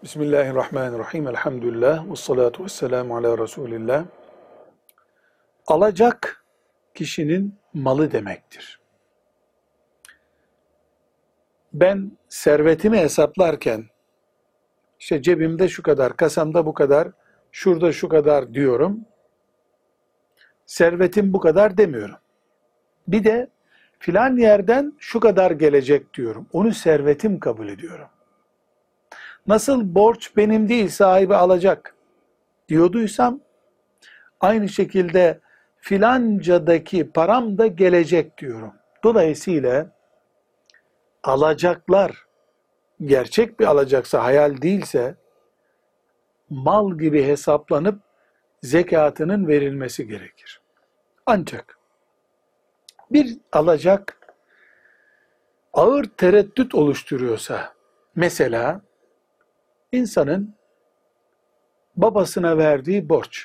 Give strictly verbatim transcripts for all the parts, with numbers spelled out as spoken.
Bismillahirrahmanirrahim. Elhamdülillah. Ve salatu ve selamu ala Resulillah. Alacak kişinin malı demektir. Ben servetimi hesaplarken işte cebimde şu kadar, kasamda bu kadar, şurada şu kadar diyorum. Servetim bu kadar demiyorum. Bir de filan yerden şu kadar gelecek diyorum. Onu servetim kabul ediyorum. Nasıl borç benim değil sahibi alacak diyorduysam, aynı şekilde filancadaki param da gelecek diyorum. Dolayısıyla alacaklar gerçek bir alacaksa, hayal değilse, mal gibi hesaplanıp zekatının verilmesi gerekir. Ancak bir alacak ağır tereddüt oluşturuyorsa, mesela insanın babasına verdiği borç,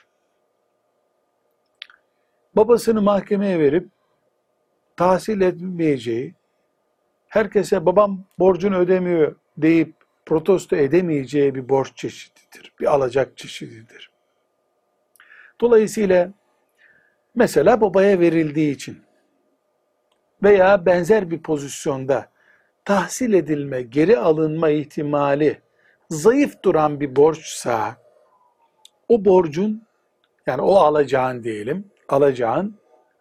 babasını mahkemeye verip tahsil etmeyeceği, herkese babam borcunu ödemiyor deyip protesto edemeyeceği bir borç çeşididir, bir alacak çeşididir. Dolayısıyla mesela babaya verildiği için veya benzer bir pozisyonda tahsil edilme, geri alınma ihtimali zayıf duran bir borçsa, o borcun, yani o alacağın diyelim, alacağın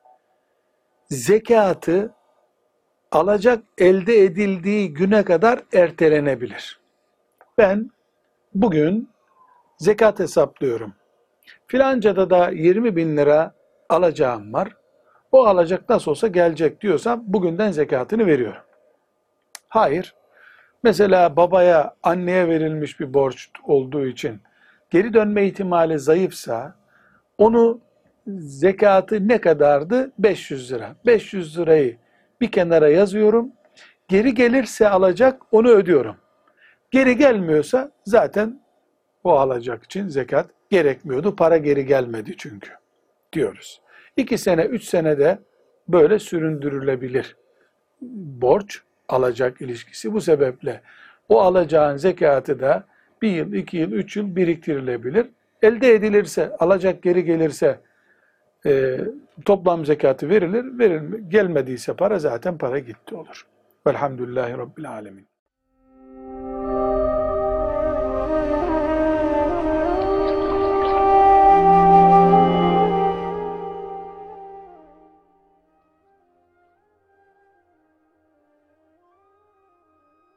zekatı alacak elde edildiği güne kadar ertelenebilir. Ben bugün zekat hesaplıyorum. Filancada da yirmi bin lira alacağım var. O alacak nasıl olsa gelecek diyorsam bugünden zekatını veriyorum. Hayır. Mesela babaya, anneye verilmiş bir borç olduğu için geri dönme ihtimali zayıfsa, onu zekatı ne kadardı? beş yüz lira. beş yüz lirayı bir kenara yazıyorum. Geri gelirse alacak, onu ödüyorum. Geri gelmiyorsa zaten o alacak için zekat gerekmiyordu. Para geri gelmedi çünkü diyoruz. İki sene, üç senede böyle süründürülebilir borç alacak ilişkisi. Bu sebeple o alacağın zekatı da bir yıl, iki yıl, üç yıl biriktirilebilir. Elde edilirse, alacak geri gelirse e, toplam zekatı verilir. Verilme, gelmediyse para zaten para gitti olur. Velhamdülillahi Rabbil Alemin.